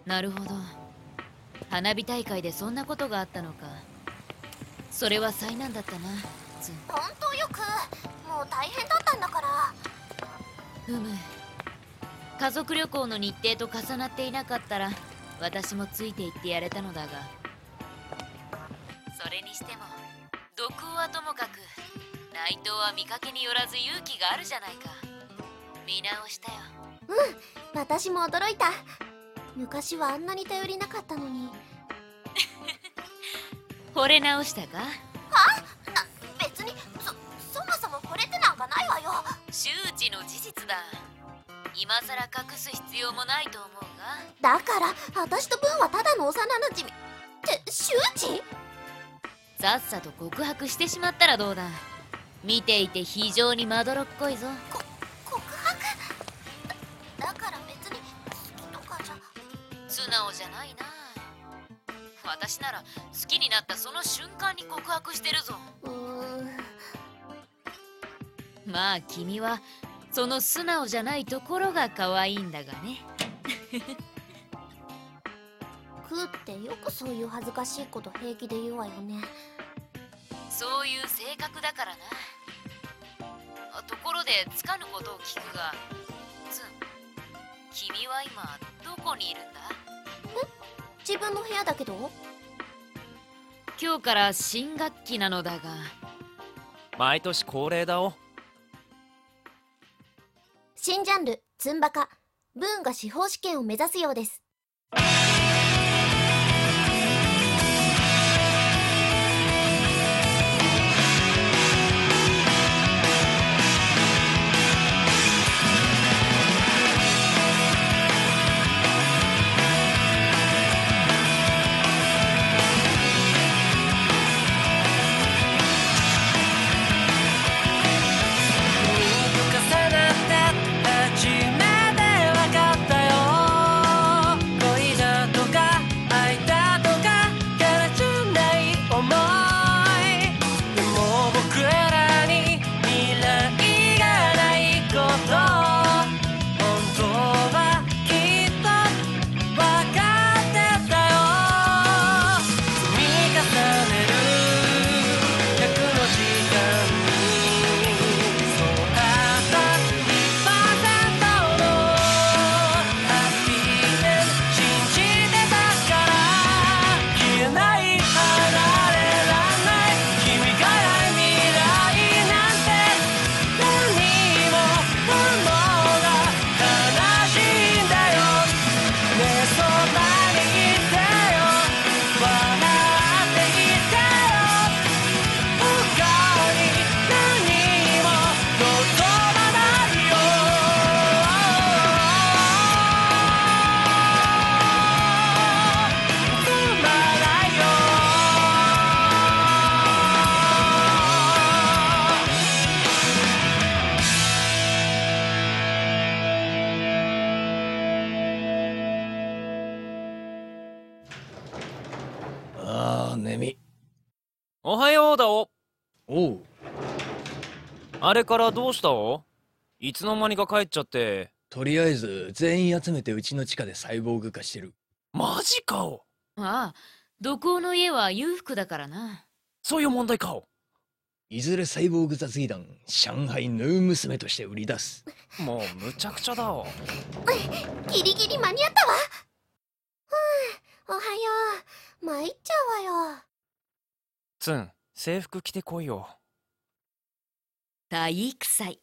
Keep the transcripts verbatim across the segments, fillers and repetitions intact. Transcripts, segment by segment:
なるほど。花火大会でそんなことがあったのか。それは災難だったな。ツン。 本当よくもう大変だったんだから。 ふむ。家族旅行の日程と重なっていなかったら私もついて行ってやれたのだが、それにしても毒王はともかく内藤は見かけによらず勇気があるじゃないか。見直したよ。 うん、私も驚いた。昔はあんなに頼りなかったのに。 惚れ直したか？ は？な、別にそ、そもそも惚れてなんかないわよ。 周知の事実だ。今さら隠す必要もないと思うが。だから私とブンはただの幼なじみって周知？ さっさと告白してしまったらどうだ。見ていて非常にまどろっこいぞ。 こ告白？だ、だから別に好きとかじゃ。 素直じゃないな。私なら好きになったその瞬間に告白してるぞ。 うーん。 まあ君はその素直じゃないところが可愛いんだがね。 クーってよくそういう恥ずかしいこと平気で言うわよね。 そういう性格だからな。ところでつかぬことを聞くが、ツン、君は今どこにいるんだ？ え？自分の部屋だけど。 今日から新学期なのだが。 毎年恒例だお。 新ジャンルツンバカ。ブーンが司法試験を目指すようです。 おはようだお。 おう。 あれからどうしたお？いつの間にか帰っちゃって。 とりあえず全員集めてうちの地下でサイボーグ化してる。 マジかお。 ああ、土工の家は裕福だからな。 そういう問題かお。 いずれサイボーグ雑技団上海ヌー娘として売り出す。 もうむちゃくちゃだお。 ギリギリ間に合ったわ。ふぅ、おはよう。参っちゃうわよ。 ツン、制服着てこいよ。 体育祭。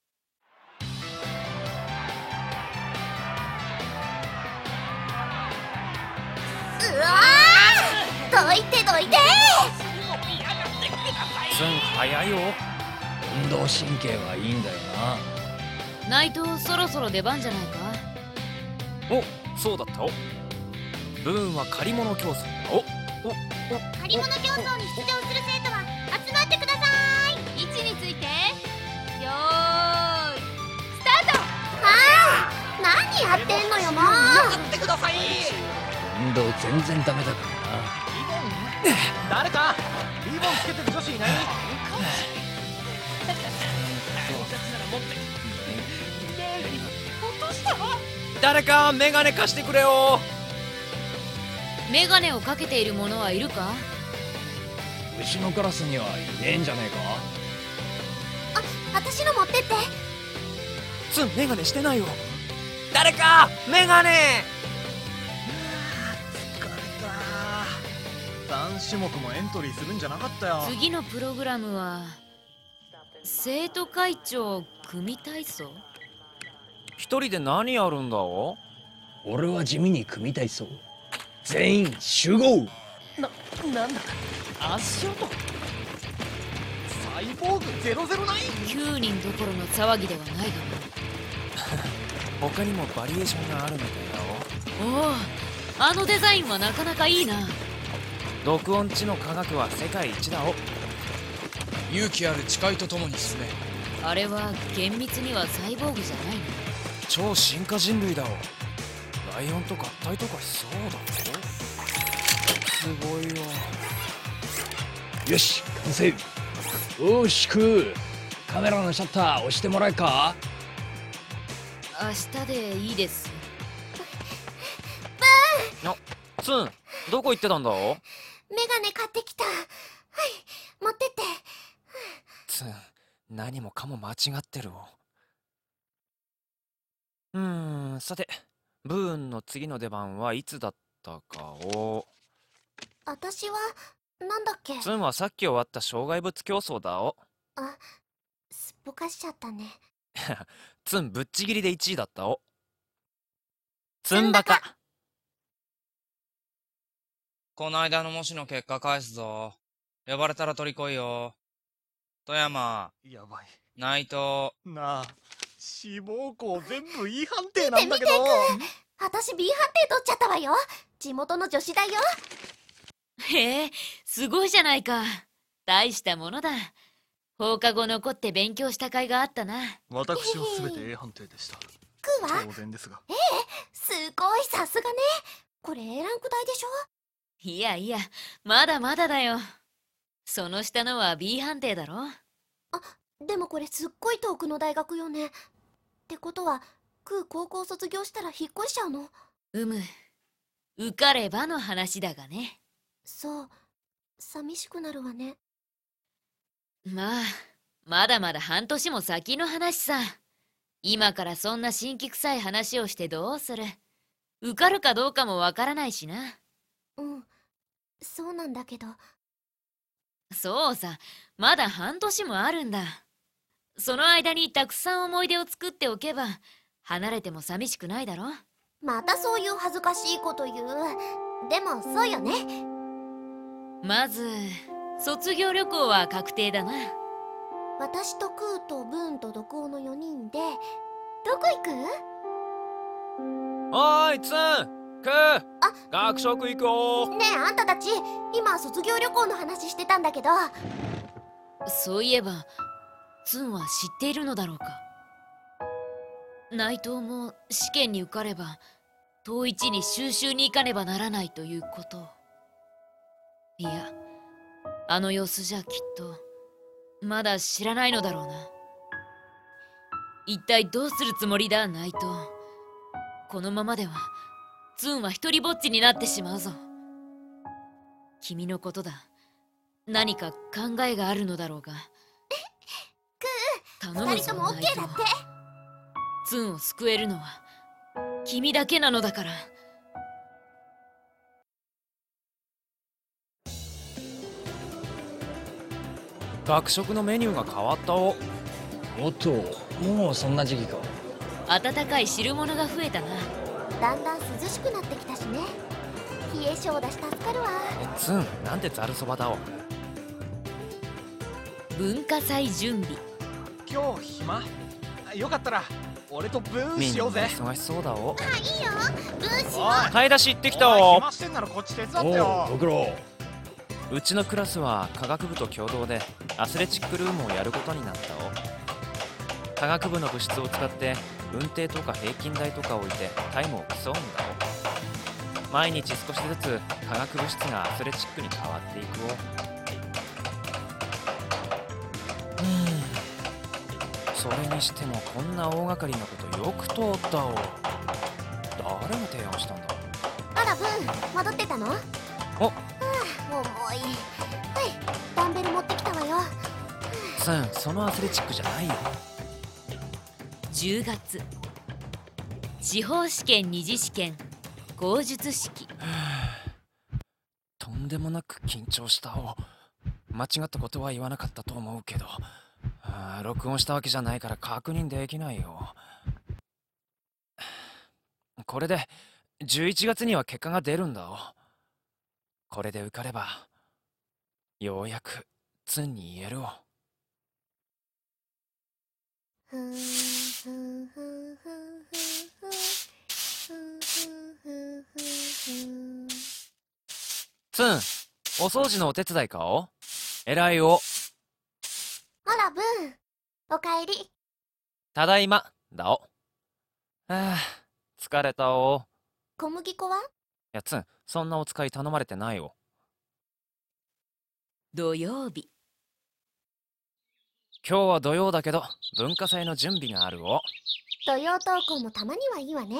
うわー、どいてどいて。 ツン早いよ。 運動神経はいいんだよな。内藤そろそろ出番じゃないか。 お、そうだったお。ブーンは借り物競争だお。お、 お、借り物競争に出場する生徒は集まってください。位置についてよーいスタート。あー、何やってんのよもう。 待ってください。 運動全然ダメだからな。 リボン誰かリボンつけてる女子いない？ 誰かメガネ貸してくれよ。 メガネをかけている者はいるか？ うちのクラスにはいねえんじゃねえか。 あ、私の持ってって。 ツンメガネしてないよ。誰かメガネ。 疲れた。さん種目もエントリーするんじゃなかったよ。 次のプログラムは生徒会長組体操。 一人で何やるんだお？ 俺は地味に組体操。全員集合。 な、なんだ足音。サイボーグゼロゼロナイン。 きゅうにんどころの騒ぎではないだろう。 他にもバリエーションがあるみたいだおお、あのデザインはなかなかいいな。 お。録音知能科学は世界一だお。 勇気ある誓いとともに進め。 あれは厳密にはサイボーグじゃないの。 超進化人類だお。ライオンと合体とかしそうだぞ。すごいよ。 よし、完成。おーしくカメラのシャッター押してもらえか。 明日でいいです。 あ、ツン、どこ行ってたんだお？ メガネ買ってきた。はい、持ってって。 ツン、何もかも間違ってるお。うーん、さて、ブーンの次の出番はいつだったかを。 私はなんだっけ。 ツンはさっき終わった障害物競争だお。 あ、すっぽかしちゃったね。 ツンぶっちぎりでいちいだったお。ツンバカ。 この間の模試の結果返すぞ。呼ばれたら取り来いよ。富山、 やばい。 内藤。 なあ、志望校全部 E 判定なんだけど。 私 B 判定取っちゃったわよ。地元の女子大よ。 へえ、すごいじゃないか。大したものだ。放課後残って勉強した甲斐があったな。 私は全て A 判定でした。 クーは当然ですが。 すごい、さすがね。これ A ランク大でしょ。 いやいや、まだまだだよ。その下のは B 判定だろ。 あ、でもこれすっごい遠くの大学よね。ってことはクー高校卒業したら引っ越しちゃうの？ うむ、受かればの話だがね。 そう、寂しくなるわね。 まあ、まだまだ半年も先の話さ。今からそんな辛気臭い話をしてどうする。受かるかどうかもわからないしな。 うん、そうなんだけど。 そうさ、まだ半年もあるんだ。その間にたくさん思い出を作っておけば、離れても寂しくないだろ。 またそういう恥ずかしいこと言う。でもそうよね。 まず卒業旅行は確定だな。 私とクーとブーンとドクオのよにんでどこ行く？ おーいツン、クー、学食行こう。 ねえ、あんたたち今卒業旅行の話してたんだけど。 そういえばツンは知っているのだろうか。内藤も試験に受かれば東一に収集に行かねばならないということを。いや、あの様子じゃきっとまだ知らないのだろうな。一体どうするつもりだ内藤。このままではツンは一人ぼっちになってしまうぞ。君のことだ。何か考えがあるのだろうが。頼むぞ二人とも オーケー だって。 ツンを救えるのは君だけなのだから。 学食のメニューが変わったお。 おっと、もうそんな時期か。 暖かい汁物が増えたな。 だんだん涼しくなってきたしね。冷え性だし助かるわ。 えツン、なんでざるそばだお。 文化祭準備。 今日暇？よかったら俺とブーンみんなしようぜ。 忙しそうだお。 いいよ、ブーンしよおい、 買い出し行ってきたおいお。 暇してんならこっち手伝っておよう、。ご苦労。 うちのクラスは科学部と共同でアスレチックルームをやることになったお。科学部の物質を使って運転とか平均台とか置いてタイムを競うんだお。毎日少しずつ化学物質がアスレチックに変わっていくお。うーん、それにしてもこんな大掛かりなことよく通ったお。誰が提案したんだ。 あら、 らブン、戻ってたの？ おはあ、重い。はい、ダンベル持ってきたわよ。 ツン、そのアスレチックじゃないよ。 じゅうがつ、司法試験二次試験口述式。 とんでもなく緊張したお。間違ったことは言わなかったと思うけど、あー録音したわけじゃないから確認できないよ。これでじゅういちがつには結果が出るんだお。これで受かればようやくツンに言えるお。 ふんふんふんふんふんふんふんふんふん。 ツン、お掃除のお手伝いかお。偉いお。 あらブン、おかえり。 ただいまだお。はあ、疲れたお。 小麦粉は？ いやツン、そんなお使い頼まれてないお。 土曜日。 今日は土曜だけど文化祭の準備があるお。 土曜登校もたまにはいいわね。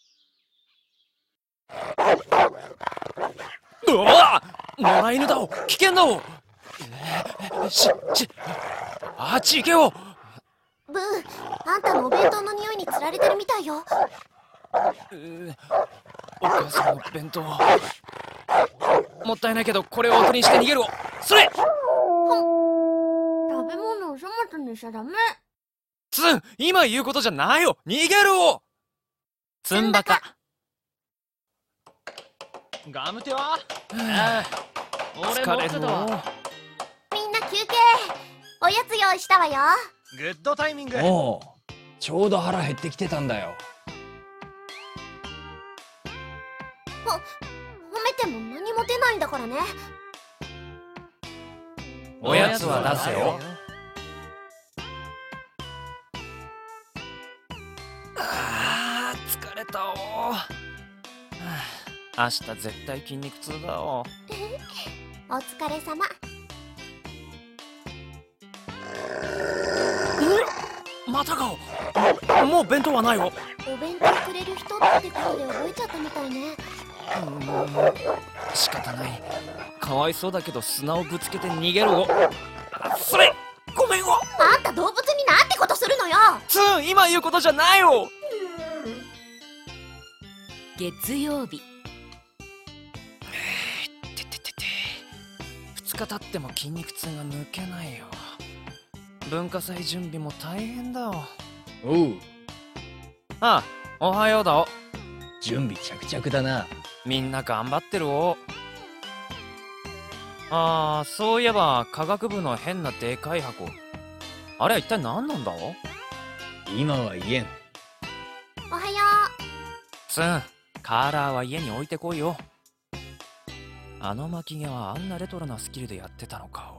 うわっ、野良犬だお。危険だお。ししあっち行けよ。 ブン、あんたのお弁当の匂いにつられてるみたいよ。 うーお母さんの弁当もったいないけどこれをおとりにして逃げるお。それ食べ物を粗末にしちゃダメ。 ツン、今言うことじゃないよ。逃げるお。ツンバカ。 ガムテは？ はあ俺疲れるお。 みんな休憩。おやつ用意したわよ。 グッドタイミング。 おう、ちょうど腹減ってきてたんだよ。 褒めても何も出ないんだからね。 おやつは出せよ。あー疲れたお。はあ、明日絶対筋肉痛だお。 お疲れ様。 またかお。もう弁当はないお。 お弁当くれる人ってことで覚えちゃったみたいね。 うーん、仕方ない。かわいそうだけど砂をぶつけて逃げるお。それごめんお。 あんた動物になんてことするのよ。 ツン、今言うことじゃないお。 月曜日。 ててててふつか経っても筋肉痛が抜けないよ。文化祭準備も大変だお。 おう、 ああ、おはようだお。 準備着々だな。 みんな頑張ってるお。ああ、そういえば科学部の変なでかい箱、あれは一体何なんだお。 今は言えん。 おはよツン、カーラーは家に置いてこいよ。あの巻き毛はあんなレトロなスキルでやってたのか